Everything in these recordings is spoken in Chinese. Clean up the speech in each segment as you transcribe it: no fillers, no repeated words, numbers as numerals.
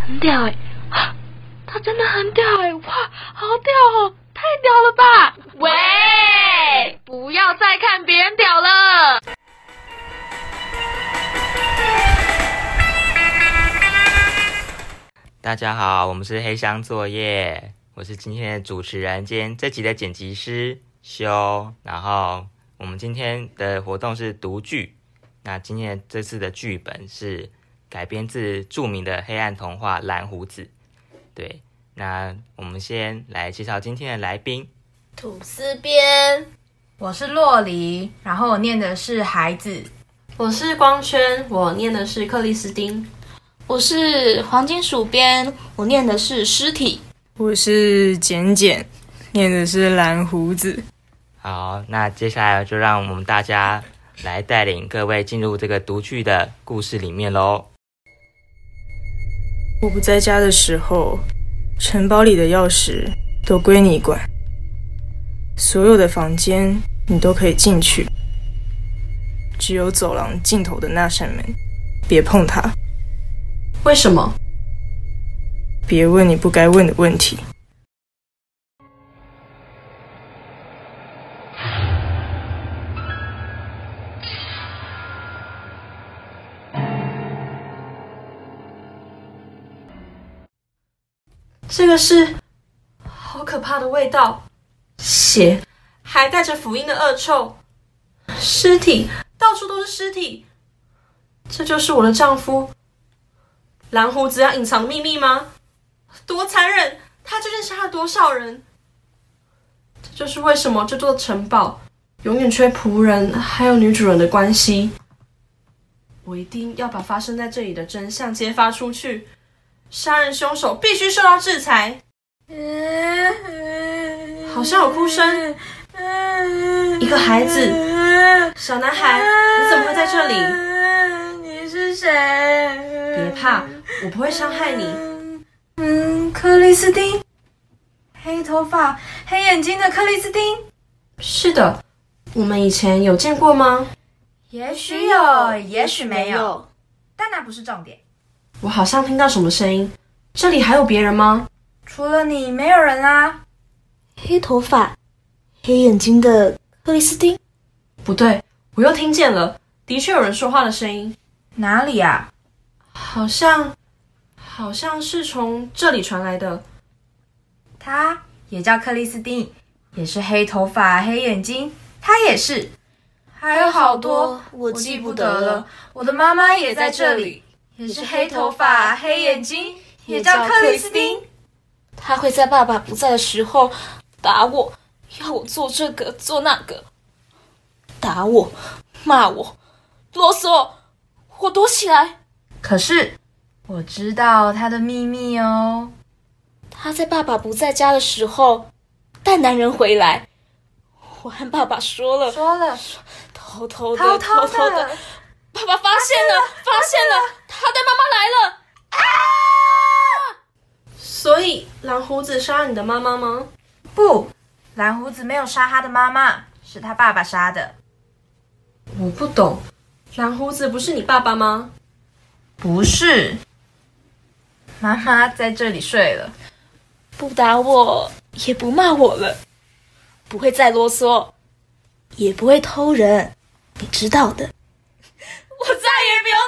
很屌欸，他真的很屌欸，哇，好屌哦，太屌了吧！喂，不要再看别人屌了。 大家好，我们是黑箱作业，我是今天的主持人兼这集的剪辑师修。然后我们今天的活动是读剧，那今天这次的剧本是改编自著名的黑暗童话《蓝胡子》。对，那我们先来介绍今天的来宾。 吐司边， 我是洛黎，然后我念的是孩子。 我是光圈，我念的是克里斯汀。 我是黄金鼠边，我念的是尸体。 我是简简，念的是蓝胡子。 好，那接下来就让我们大家来带领各位进入这个读剧的故事里面咯。 我不在家的时候，城堡里的钥匙都归你管，所有的房间你都可以进去，只有走廊尽头的那扇门，别碰它。 为什么？ 别问你不该问的问题。 这个是好可怕的味道，血，还带着腐婴的恶臭，尸体，到处都是尸体。这就是我的丈夫蓝胡子要隐藏的秘密吗？多残忍！他究竟杀了多少人？这就是为什么这座城堡永远缺仆人还有女主人的关系。我一定要把发生在这里的真相揭发出去，杀人凶手必须受到制裁。好像有哭声，一个孩子，小男孩，你怎么会在这里？ 你是谁？ 别怕，我不会伤害你。 克里斯汀，黑头发、黑眼睛的克里斯汀。 是的，我们以前有见过吗？ 也许有，也许没有，但那不是重点。 我好像听到什么声音，这里还有别人吗？ 除了你，没有人啦。 黑头发、黑眼睛的克里斯汀？ 不对，我又听见了，的确有人说话的声音。 哪里啊？ 好像是从这里传来的。 他也叫克里斯汀，也是黑头发、黑眼睛，他也是。还有好多我记不得了。我的妈妈也在这里，也是黑头发、黑眼睛，也叫克里斯汀。 他会在爸爸不在的时候打我，要我做这个做那个，打我，骂我，啰嗦，我躲起来。 可是我知道他的秘密哦。 他在爸爸不在家的时候带男人回来，我和爸爸说了，偷偷的，爸爸发现了，他带妈妈来了啊！ 所以蓝胡子杀了你的妈妈吗？ 不，蓝胡子没有杀他的妈妈，是他爸爸杀的。 我不懂，蓝胡子不是你爸爸吗？ 不是，妈妈在这里睡了， 不打我，也不骂我了，不会再啰嗦，也不会偷人，你知道的。我再也不用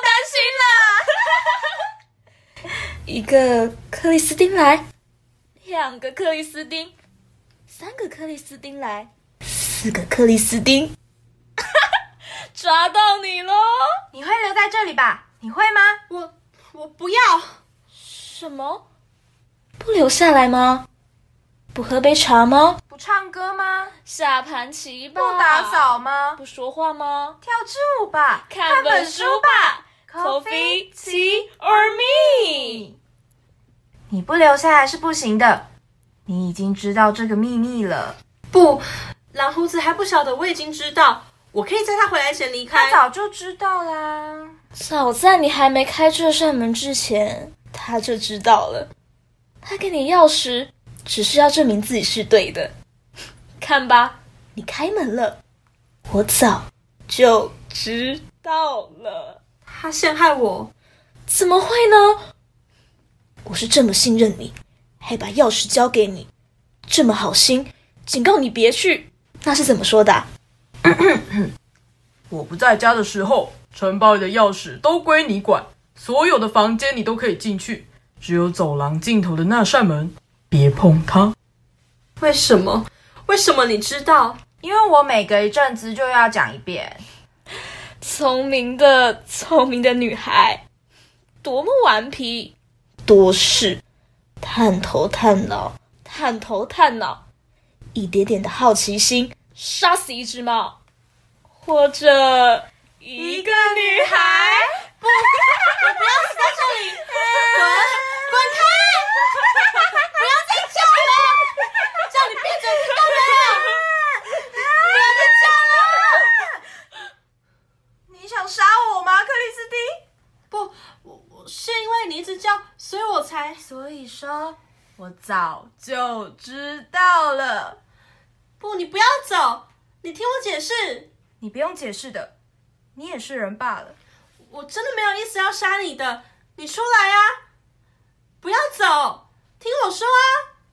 担心了。一个克里斯汀来，2个克里斯汀，3个克里斯汀来，4个克里斯汀。抓到你咯！ 你会留在这里吧？你会吗？ 我不要。 什么？不留下来吗？不喝杯茶吗？ 不唱歌吗？ 下盘棋吧？ 不打扫吗？ 不说话吗？ 跳支舞吧？ 看本书吧？ Coffee, tea or me？ 你不留下来是不行的，你已经知道这个秘密了。 不，蓝胡子还不晓得，我已经知道，我可以在他回来前离开。 他早就知道啦。 早在你还没开这扇门之前，他就知道了。他给你钥匙，只是要证明自己是对的。看吧，你开门了，我早就知道了。 他陷害我？ 怎么会呢？我我是这么信任你，还把钥匙交给你，这么好心，警告你别去，那是怎么说的啊？ 我不在家的时候，城堡里的钥匙都归你管，所有的房间你都可以进去，只有走廊尽头的那扇门，别碰它。 为什么？为什么你知道？ 因为我每隔一阵子就要讲一遍。 聪明的女孩，多么顽皮，多事，探头探脑，一点点的好奇心杀死一只猫，或者一个女孩。 不要死在这里！滚开！不要再叫了！叫你闭嘴，听到没有？不要再叫了！ 你想杀我吗，克里斯汀？ 不，我是因为你一直叫，所以我才…… 所以说，我早就知道了。 不，你不要走，你听我解释。 你不用解释的，你也是人罢了。 我真的没有意思要杀你的，你出来啊！不要走，听我说啊！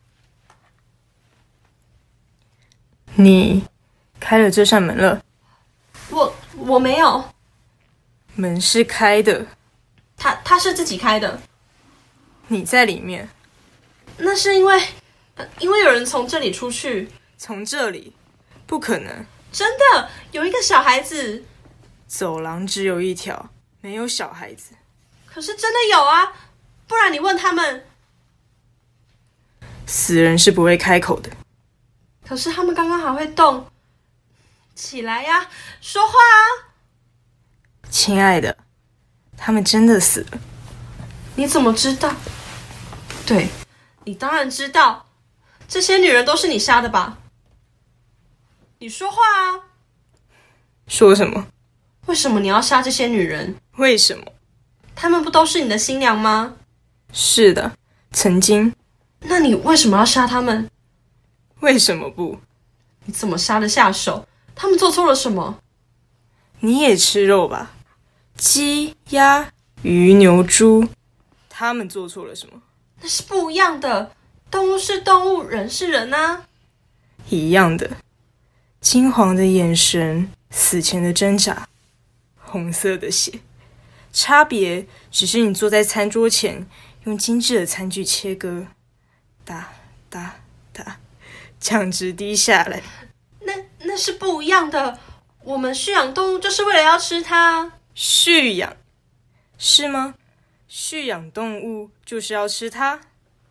你开了这扇门了？ 我没有， 门是开的， 他是自己开的。 你在里面。 那是因为有人从这里出去。 从这里？不可能。 真的，有一个小孩子。 走廊只有一条，没有小孩子。 可是真的有啊，不然你问他们。 死人是不会开口的。 可是他们刚刚还会动。起来呀，说话啊！ 亲爱的，他们真的死了。 你怎么知道？对，你当然知道，这些女人都是你杀的吧？你说话啊！ 说什么？ 为什么你要杀这些女人？ 为什么？ 她们不都是你的新娘吗？ 是的，曾经。 那你为什么要杀她们？ 为什么不？ 你怎么杀得下手？她们做错了什么？ 你也吃肉吧？鸡、鸭、鱼、牛、猪，他们做错了什么？ 那是不一样的，动物是动物，人是人啊。 一样的，金黄的眼神，死前的挣扎，红色的血，差别只是你坐在餐桌前，用精致的餐具切割，哒哒哒，酱汁滴下来。 那是不一样的，我们驯养动物就是为了要吃它。 驯养是吗？驯养动物就是要吃它？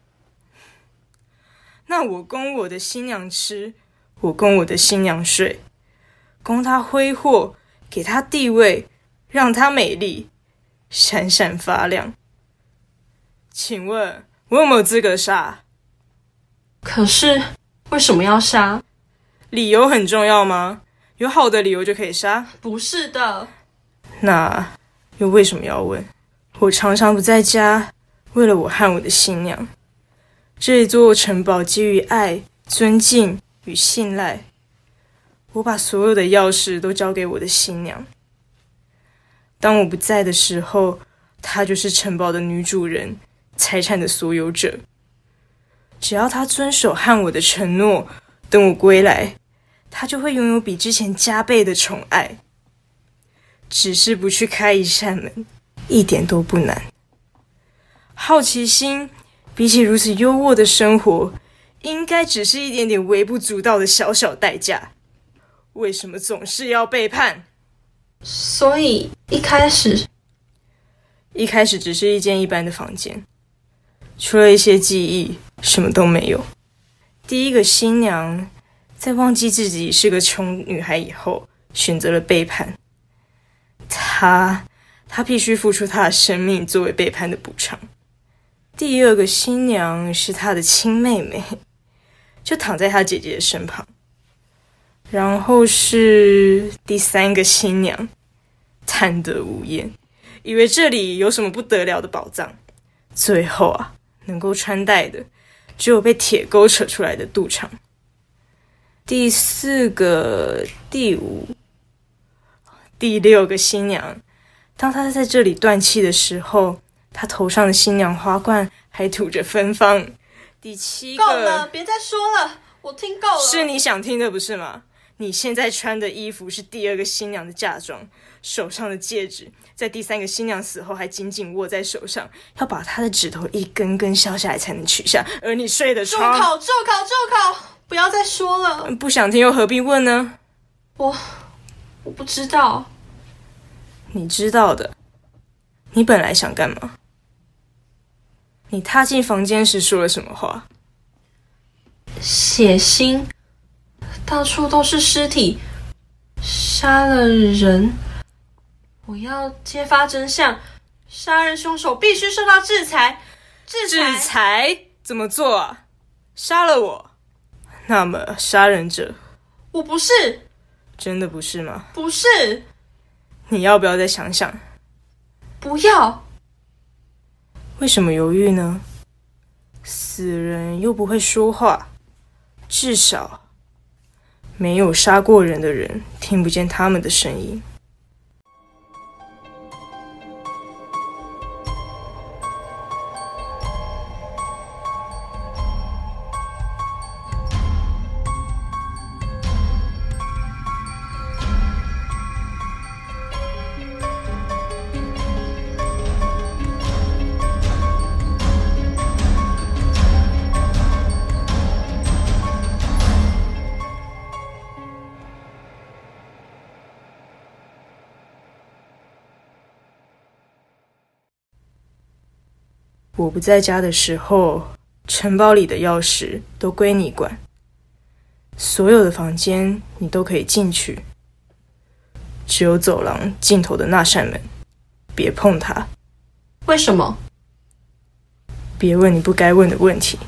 那我供我的新娘吃，我供我的新娘睡，供她挥霍，给她地位，让她美丽，闪闪发亮。请问我有没有资格杀？ 可是为什么要杀？ 理由很重要吗？有好的理由就可以杀？ 不是的。 那又为什么要问？我常常不在家，为了我和我的新娘。这座城堡基于爱、尊敬与信赖，我把所有的钥匙都交给我的新娘。当我不在的时候，她就是城堡的女主人，财产的所有者。只要她遵守和我的承诺，等我归来，她就会拥有比之前加倍的宠爱。只是不去开一扇门，一点都不难。好奇心比起如此优渥的生活，应该只是一点点微不足道的小小代价。为什么总是要背叛？ 所以一开始只是一间一般的房间，除了一些记忆，什么都没有。第一个新娘在忘记自己是个穷女孩以后，选择了背叛。她必须付出她的生命作为背叛的补偿。第二个新娘是她的亲妹妹，就躺在她姐姐的身旁。然后是第三个新娘，贪得无厌，以为这里有什么不得了的宝藏。最后啊，能够穿戴的只有被铁钩扯出来的肚肠。第四个、第五、第六个新娘，当她在这里断气的时候， 她头上的新娘花冠还吐着芬芳。第7个， 够了，别再说了，我听够了。 是你想听的不是吗？你现在穿的衣服是第2个新娘的嫁妆，手上的戒指在第3个新娘死后还紧紧握在手上，要把她的指头一根根削下来才能取下。而你睡的床， 住口！不要再说了。 不想听又何必问呢？ 我不知道。 你知道的。你本来想干嘛？你踏进房间时说了什么话？ 血腥，到处都是尸体，杀了人。我要揭发真相，杀人凶手必须受到制裁。 制裁？怎么做啊？杀了我？那么杀人者？ 我不是。 真的不是吗？ 不是。 你要不要再想想？ 不要。 为什么犹豫呢？死人又不会说话，至少没有杀过人的人听不见他们的声音。我不在家的时候，城堡里的钥匙都归你管，所有的房间你都可以进去，只有走廊尽头的那扇门，别碰它。 为什么？ 别问你不该问的问题。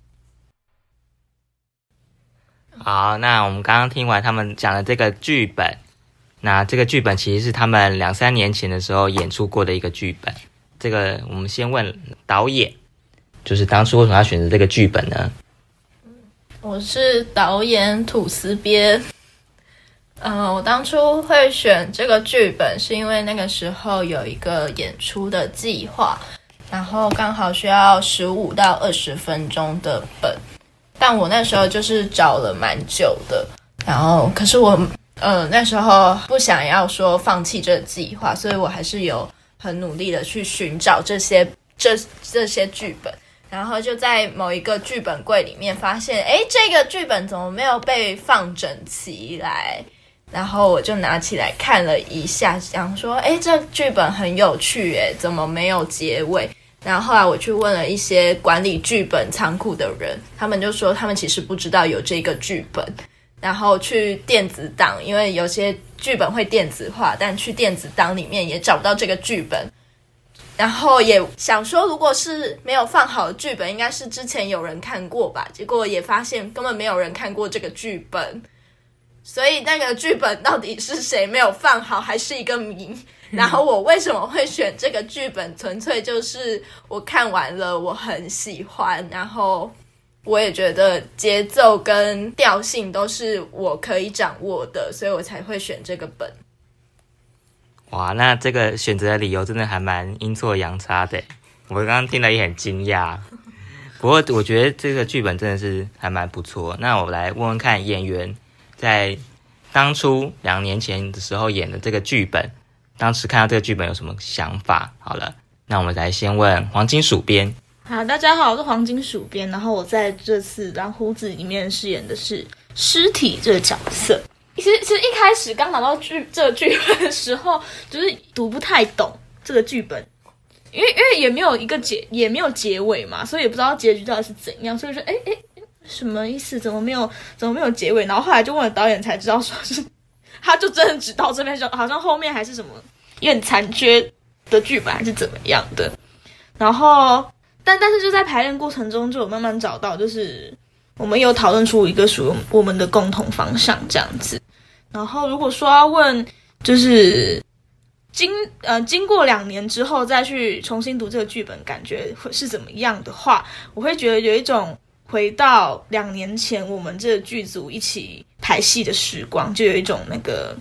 好，那我们刚刚听完他们讲的这个剧本，那这个剧本其实是他们2-3年前的时候演出过的一个剧本。这个我们先问导演，就是当初为什么要选择这个剧本呢？ 我是导演吐司边。我当初会选这个剧本是因为那个时候有一个演出的计划，然后刚好需要15到20分钟的本，但我那时候就是找了蛮久的，然后可是我那时候不想要说放弃这个计划，所以我还是有很努力的去寻找这些剧本，然后就在某一个剧本柜里面发现，这个剧本怎么没有被放整齐来？然后我就拿起来看了一下，想说，这剧本很有趣，怎么没有结尾？然后后来我去问了一些管理剧本仓库的人，他们就说他们其实不知道有这个剧本，然后去电子档，因为有些剧本会电子化，但去电子档里面也找不到这个剧本。然后也想说，如果是没有放好的剧本，应该是之前有人看过吧，结果也发现根本没有人看过这个剧本，所以那个剧本到底是谁没有放好还是一个谜。然后我为什么会选这个剧本，纯粹就是我看完了我很喜欢，然后我也觉得节奏跟调性都是我可以掌握的，所以我才会选这个本。 哇，那这个选择的理由真的还蛮阴错阳差的，我刚刚听了也很惊讶。不过我觉得这个剧本真的是还蛮不错。那我来问问看演员在当初2年前的时候演的这个剧本，当时看到这个剧本有什么想法？好了，那我们来先问黄金鼠编。 好，大家好，我是黄金鼠编，然后我在这次蓝胡子里面饰演的是尸体这个角色。其实一开始刚拿到这个剧本的时候，就是读不太懂这个剧本，因为也没有也没有结尾嘛，所以也不知道结局到底是怎样，所以说什么意思？怎么没有结尾？然后后来就问了导演才知道，说是他就真的只到这边，好像后面还是什么有点残缺的剧本还是怎么样的。然后但是就在排练过程中就有慢慢找到，就是我们有讨论出一个属于我们的共同方向这样子。然后如果说要问就是经过2年之后再去重新读这个剧本感觉会是怎么样的话，我会觉得有一种回到2年前我们这个剧组一起排戏的时光，就有一种那个不知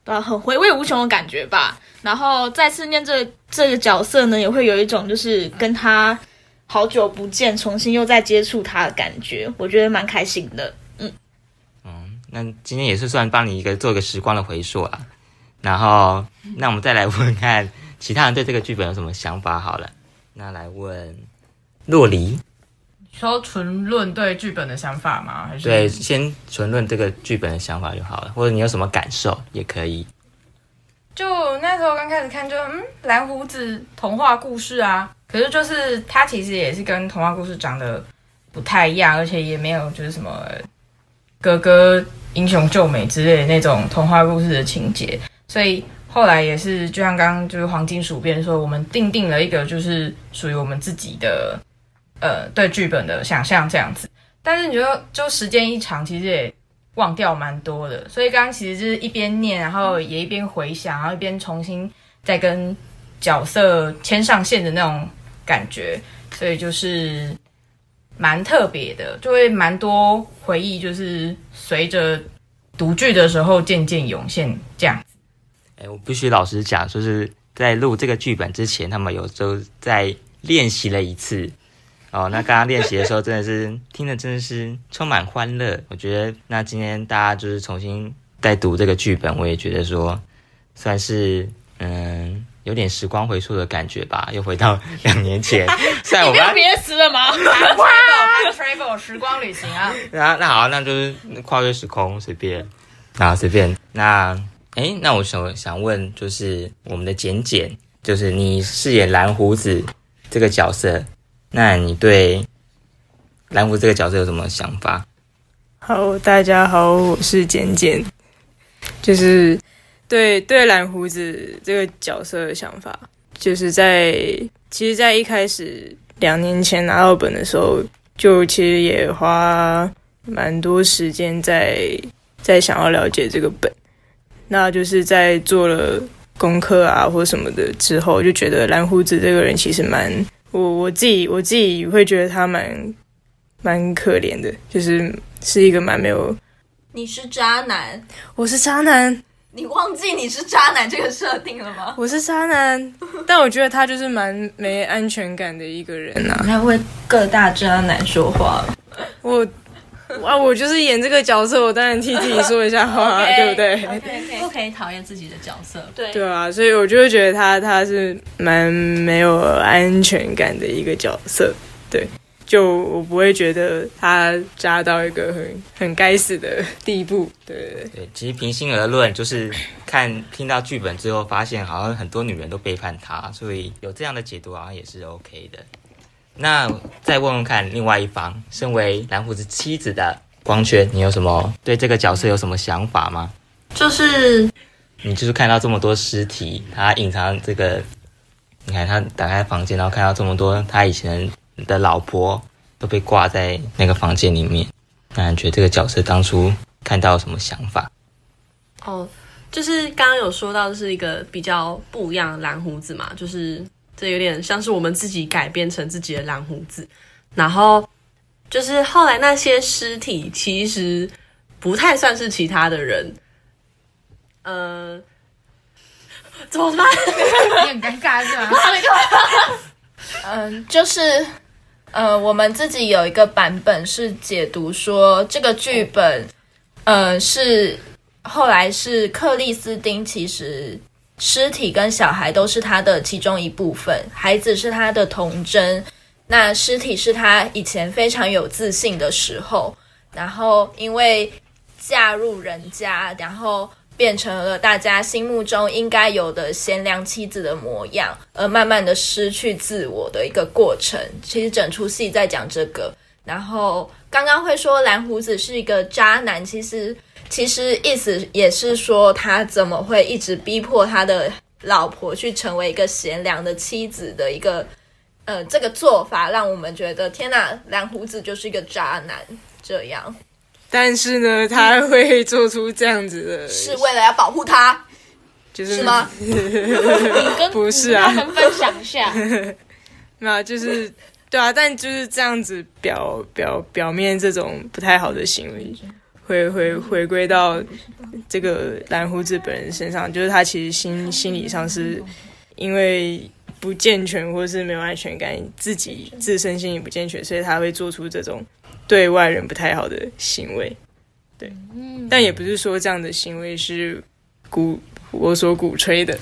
很回味无穷的感觉吧。然后再次念这个角色呢，也会有一种就是跟他好久不见，重新又再接触他的感觉，我觉得蛮开心的。 那今天也是算帮你做一个时光的回溯啦。然后，那我们再来问看其他人对这个剧本有什么想法好了。那来问洛黎， 说纯论对剧本的想法吗？还是对，先纯论这个剧本的想法就好了，或者你有什么感受也可以。 就那时候刚开始看就蓝胡子童话故事啊，可是就是它其实也是跟童话故事长得不太一样，而且也没有就是什么哥哥英雄救美之类的那种童话故事的情节，所以后来也是就像刚刚就是黄金鼠编说，我们定了一个就是属于我们自己的对剧本的想象这样子。但是你就时间一长，其实也忘掉蛮多的，所以刚刚其实就是一边念，然后也一边回想，然后一边重新再跟角色牵上线的那种感觉，所以就是蛮特别的，就会蛮多回忆，就是随着读剧的时候渐渐涌现这样子。 我必须老实讲，就是在录这个剧本之前，他们有时候在练习了一次。那刚刚练习的时候，真的是听的真的是充满欢乐。我觉得那今天大家就是重新在读这个剧本，我也觉得说算是有点时光回溯的感觉吧，又回到2年前。虽然我们你没有别的词了吗？ 哇 ，travel 时光旅行啊！ 那好，那就是跨越时空，随便啊，随便。那我想问，就是我们的简，就是你饰演蓝胡子这个角色，那你对蓝胡子这个角色有什么想法？ 好，大家好，我是简，就是对蓝胡子这个角色的想法，就是其实在一开始2年前拿到本的时候，就其实也花蛮多时间在想要了解这个本。那就是在做了功课啊或什么的之后，就觉得蓝胡子这个人其实我自己会觉得他蛮可怜的，是一个蛮没有。 你是渣男， 我是渣男， 你忘记你是渣男这个设定了吗？ 我是渣男，但我觉得他就是蛮没安全感的一个人啊。 他为各大渣男说话。 我就是演这个角色，我当然替自己说一下话，对不对？ 不可以讨厌自己的角色。 对啊，所以我就会觉得他是蛮没有安全感的一个角色，对，就我不会觉得他渣到一个很该死的地步，对。 其实平心而论，就是听到剧本之后，发现好像很多女人都背叛他，所以有这样的解读好像也是 OK 的。那再问问看另外一方，身为蓝胡子妻子的光圈，你有什么对这个角色有什么想法吗？ 就是你就是看到这么多尸体，他隐藏这个，你看他打开房间，然后看到这么多他以前的老婆都被挂在那个房间里面，那你觉得这个角色当初看到有什么想法？ 就是刚刚有说到是一个比较不一样的蓝胡子嘛，就是这有点像是我们自己改编成自己的蓝胡子，然后就是后来那些尸体其实不太算是其他的人，怎么办？ 你很尴尬是吗？ 就是我们自己有一个版本是解读说这个剧本，是后来是克里斯汀，其实尸体跟小孩都是他的其中一部分，孩子是他的童真，那尸体是他以前非常有自信的时候，然后因为嫁入人家，然后变成了大家心目中应该有的贤良妻子的模样，而慢慢的失去自我的一个过程。其实整出戏在讲这个。然后刚刚会说蓝胡子是一个渣男，其实意思也是说他怎么会一直逼迫他的老婆去成为一个贤良的妻子的一个这个做法，让我们觉得天哪，蓝胡子就是一个渣男这样。 但是呢，他会做出这样子的， 是为了要保护他， 是吗？ 不是啊， 跟他们分享一下。 那就是对啊，但就是这样子表面这种不太好的行为， 回归到这个蓝胡子本人身上，就是他其实心理上是因为不健全或是没有安全感，自身心理不健全，所以他会做出这种对外人不太好的行为。对，但也不是说这样的行为是我所鼓吹的。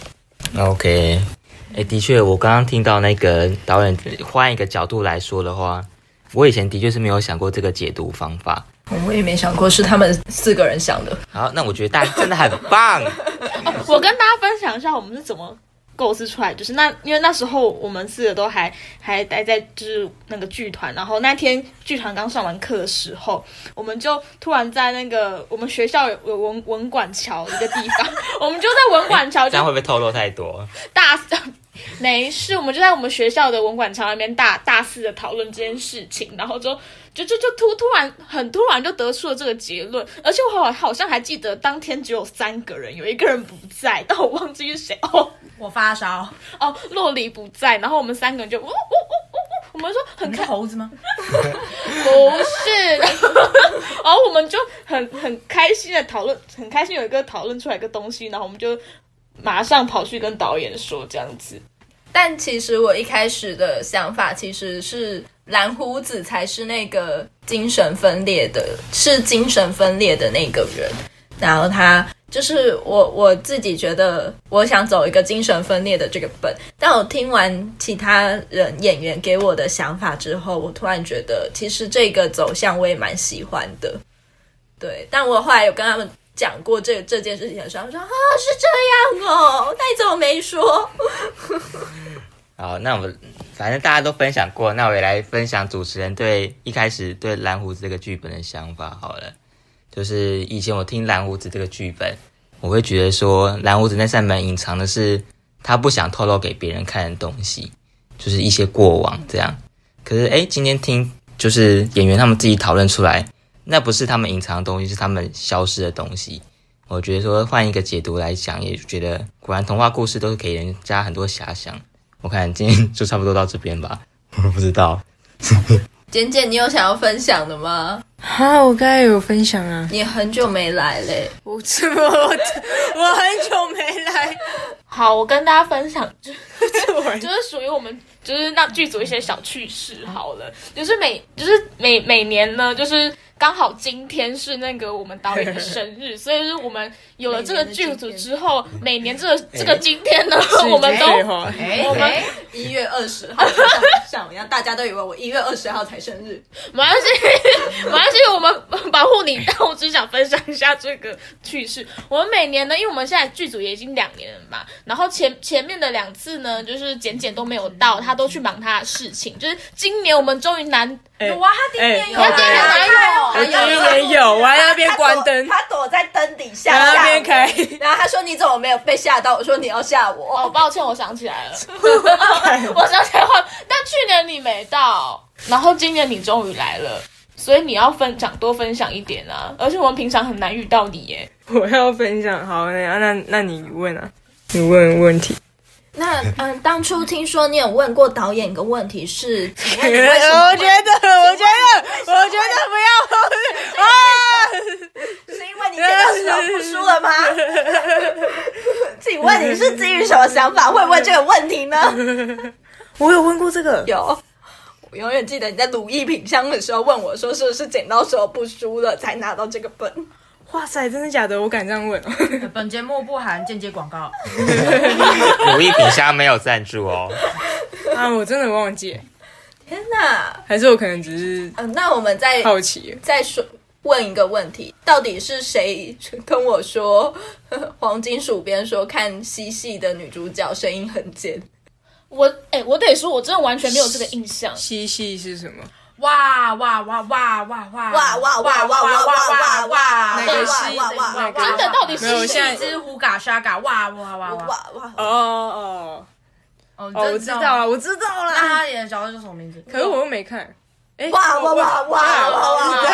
OK， 的确，我刚刚听到那个导演换一个角度来说的话，我以前的确是没有想过这个解读方法。 我也没想过是他们4个人想的。 好，那我觉得大家真的很棒。 我跟大家分享一下我们是怎么构思出来，就是因为那时候我们4个都还待在就是那个剧团，然后那天剧团刚上完课的时候，我们就突然在那个我们学校有文管桥一个地方，我们就在文管桥， 这样会不会透露太多？ 没事，我们就在我们学校的文管桥那边大肆的讨论这件事情，然后就突然就得出了这个结论，而且我好像还记得当天只有3个人，有1个人不在，但我忘记是谁哦。 我发烧哦，洛里不在，然后我们3个人就我们说很你是猴子吗？ 不是，然后我们就很开心的讨论，很开心有一个讨论出来一个东西，然后我们就马上跑去跟导演说这样子。 但其实我一开始的想法其实是蓝胡子才是那个精神分裂的那个人，然后他就是我自己觉得我想走一个精神分裂的这个本，但我听完其他人演员给我的想法之后，我突然觉得其实这个走向我也蛮喜欢的。对，但我后来有跟他们讲过这件事情的时候，他说啊是这样哦，那你怎么没说？ 好，那我们反正大家都分享过，那我也来分享主持人一开始对蓝胡子这个剧本的想法好了。就是以前我听蓝胡子这个剧本，我会觉得说蓝胡子那扇门隐藏的是他不想透露给别人看的东西，就是一些过往这样。可是今天听就是演员他们自己讨论出来，那不是他们隐藏的东西，是他们消失的东西。我觉得说换一个解读来讲，也觉得果然童话故事都是给人加很多遐想。我看今天就差不多到这边吧，我不知道。 简简，你有想要分享的吗？ 我刚才有分享啊。 你很久没来嘞。 我很久没来。 好，我跟大家分享，就是属于我们就是那剧组一些小趣事好了，就是每年呢，就是刚好今天是那个我们导演的生日，所以就是我们有了这个剧组之后，每年这个今天呢，我们都我们1月20号像我一样，大家都以为我1月20号才生日。 没关系，我们保护你，但我只想分享一下这个趣事。我们每年呢，因为我们现在剧组也已经2年了嘛，然后前面的2次呢，就是简简都没有到，他都去忙他的事情。就是今年我们终于有哇，他第一年有， 他第一年哪有？ 我第一年有，我还在那边关灯， 他躲在灯底下那边开， 然后他说你怎么没有被吓到？我说你要吓我。 哦，抱歉，我想起来了，我想起来了，但去年你没到，然后今年你终于来了，所以你要多分享一点啊！而且我们平常很难遇到你耶。 我要分享，好，那你问啊，你问问题。 那当初听说你有问过导演一个问题是，请问你为什么我觉得不要啊！ 是因为你剪刀石头不输了吗？请问你是基于什么想法会问这个问题呢？ 我有问过这个， 有。我永远记得你在鲁艺品香的时候问我说是不是剪刀石头不输了才拿到这个本。 哇塞，真的假的？我敢这样问哦。 本节目不含间接广告。 如意品香没有赞助哦。 我真的忘记。 天哪！ 还是我可能只是那我们再好奇， 再问一个问题，到底是谁跟我说黄金鼠边说看嬉戏的女主角声音很尖？ 我得说，我真的完全没有这个印象。 嬉戏是什么？ 哇哇哇哇哇哇哇哇哇哇哇哇哇！ 那个戏真的到底是谁？之呼嘎沙嘎哇哇哇哇！我知道了。 那他演的角色叫什么名字？ 可是我又没看。 哇哇哇哇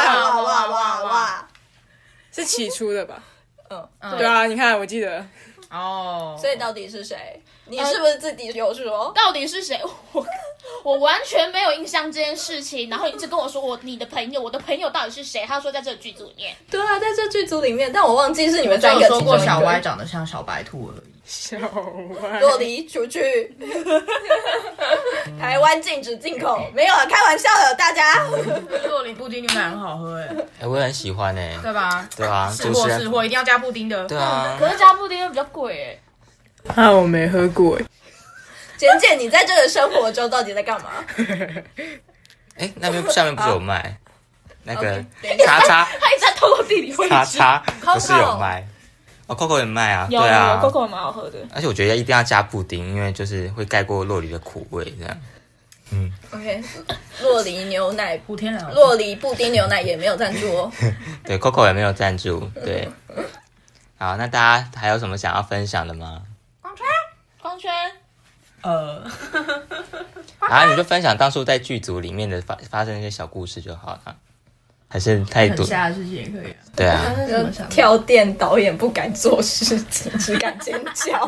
哇哇！ 是起初的吧？对啊，你看，我记得。 哦，所以到底是谁？你是不是自己有说？ 到底是谁？我完全没有印象这件事情，然后你一直跟我说你的朋友，我的朋友到底是谁？他说在这个剧组里面。对啊，在这剧组里面，但我忘记是你们三个。 说过小歪长得像小白兔而已。 小歪， 洛梨出去。台湾禁止进口，没有了，开玩笑的，大家。 洛梨布丁牛奶很好喝我也很喜欢对吧？ 对啊， 是货一定要加布丁的。 对啊， 可是加布丁比较贵我没喝过简简，你在这个生活中到底在干嘛？ 那边下面不是有卖那个叉叉？ 他一直在透露地理位置。 叉不是有卖？Coco 也卖啊， 有对啊 ，Coco 也蛮好喝的。 而且我觉得一定要加布丁，因为就是会盖过洛梨的苦味，这样。 OK， 洛梨牛奶， 普天然， 洛梨布丁牛奶也没有赞助哦。 对 ，Coco 也没有赞助，对。好，那大家还有什么想要分享的吗？ 光圈， 你就分享当初在剧组里面的发生一些小故事就好了，还是太多？ 下的事情也可以啊。 对啊， 跳电导演不敢做事情，只敢尖叫。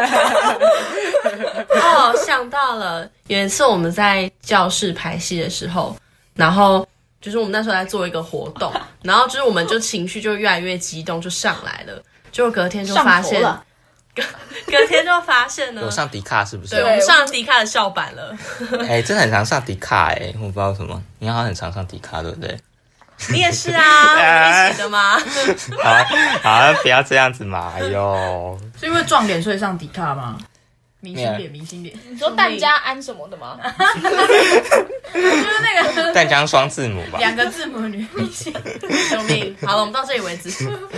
想到了，有一次我们在教室排戏的时候，然后就是我们那时候在做一个活动，然后就是我们就情绪就越来越激动，就上来了，结果隔天就发现，隔天就发现呢， 有上迪卡是不是？ 对，我们上迪卡的校版了。 真的很常上迪卡我不知道为什么，你好像很常上迪卡，对不对？ 你也是啊，我们一起的吗？ 好，不要这样子嘛，哎呦， 是因为撞脸所以上迪卡吗？明星脸。 你说淡加安什么的吗？ 就是那个淡江双字母吧， 2个字母的女明星。 救命！好了，我们到这里为止。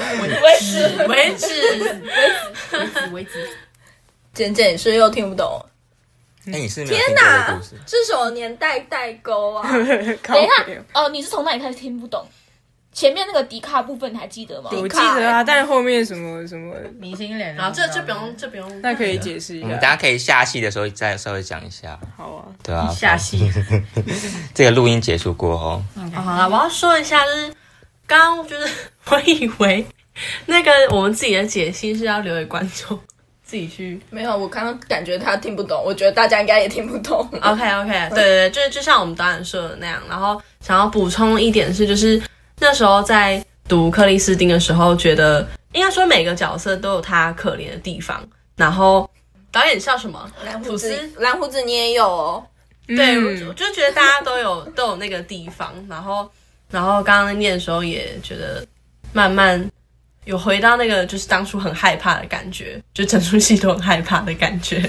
为止。 简简，你是不是又听不懂？ 你是没有听过这个故事？ 是什么年代代沟啊？ 等一下，你是从哪里开始听不懂？前面那个迪卡部分你还记得吗？ 我记得啊，但是后面什么明星脸， 然后这不用， 那可以解释一下。 我们等一下可以下戏的时候再稍微讲一下。 好啊， 对啊， 下戏。 这个录音结束过后， 好了，我要说一下，就是刚刚就是我以为那个我们自己的解析是要留给观众自己去。 没有，我刚刚感觉他听不懂，我觉得大家应该也听不懂。 OK， 对，就像我们导演说的那样，然后想要补充一点是，就是那时候在读克里斯汀的时候，觉得应该说每个角色都有他可怜的地方。然后导演笑什么？ 蓝胡子你也有哦。 对，我就觉得大家都有那个地方。然后刚刚在念的时候也觉得慢慢有回到那个就是当初很害怕的感觉，就整出戏都很害怕的感觉。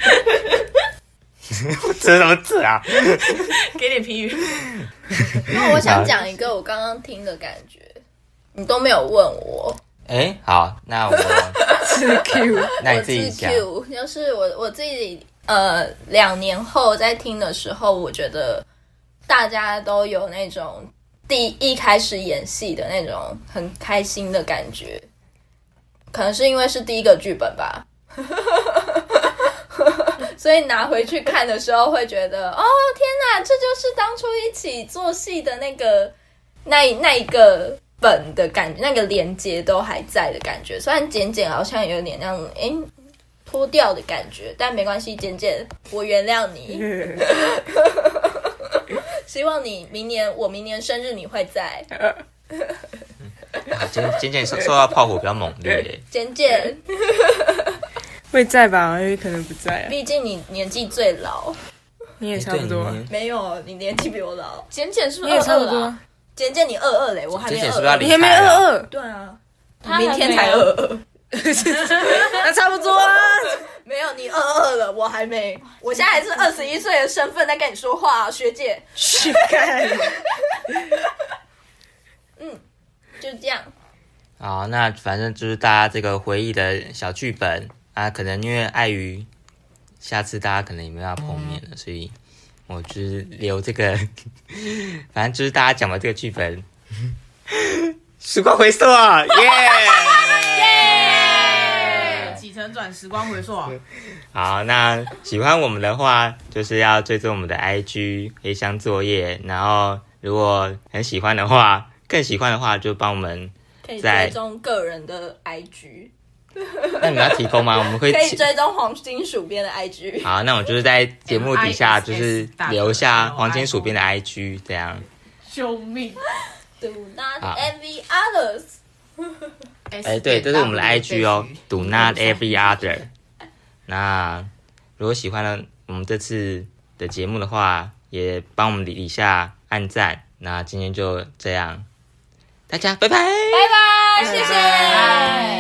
这什么字啊？ 给点评语。 那我想讲一个我刚刚听的感觉，你都没有问我。 好，那我是 Q， 那你自己讲。 就是我自己2年后在听的时候，我觉得大家都有那种一开始演戏的那种很开心的感觉，可能是因为是第一个剧本吧。所以拿回去看的时候会觉得，哦天哪，这就是当初一起做戏的那一个本的感觉，那个连接都还在的感觉。虽然简简好像有点那样脱掉的感觉，但没关系，简简，我原谅你。希望你我明年生日你会在。 简简受到炮火比较猛烈。 简简会在吧？因为可能不在啊。 毕竟你年纪最老。 你也差不多。 没有，你年纪比我老。 简简是不是你也差不多 22？ 简简你22嘞，我还没22。 简简是不是要离你还没开了？ 22？ 对啊， 他明天才22。 那差不多啊。 没有，你22了，我还没。我现在还是21岁的身份在跟你说话，学姐。 去干。 就这样。 好，那反正就是大家这个回忆的小剧本啊，可能因为碍于下次大家可能也没办法碰面了，所以我就是留这个，反正就是大家讲的这个剧本，时光回溯啊，耶！ 起承转时光回溯。 好，那喜欢我们的话，就是要追踪我们的 IG 黑箱作业，然后如果很喜欢的话，更喜欢的话，就帮我们可以追踪个人的 IG。 那你们要提供吗？我们会可以追踪黄金鼠编的 IG。 好，那我就是在节目底下就是留下黄金鼠编的 IG， 这样。 救命 Do not envy others。 对，这是我们的 IG 哦 ，Do not envy other。那如果喜欢了我们这次的节目的话，也帮我们底下按赞。那今天就这样，大家拜拜， 拜拜，谢谢。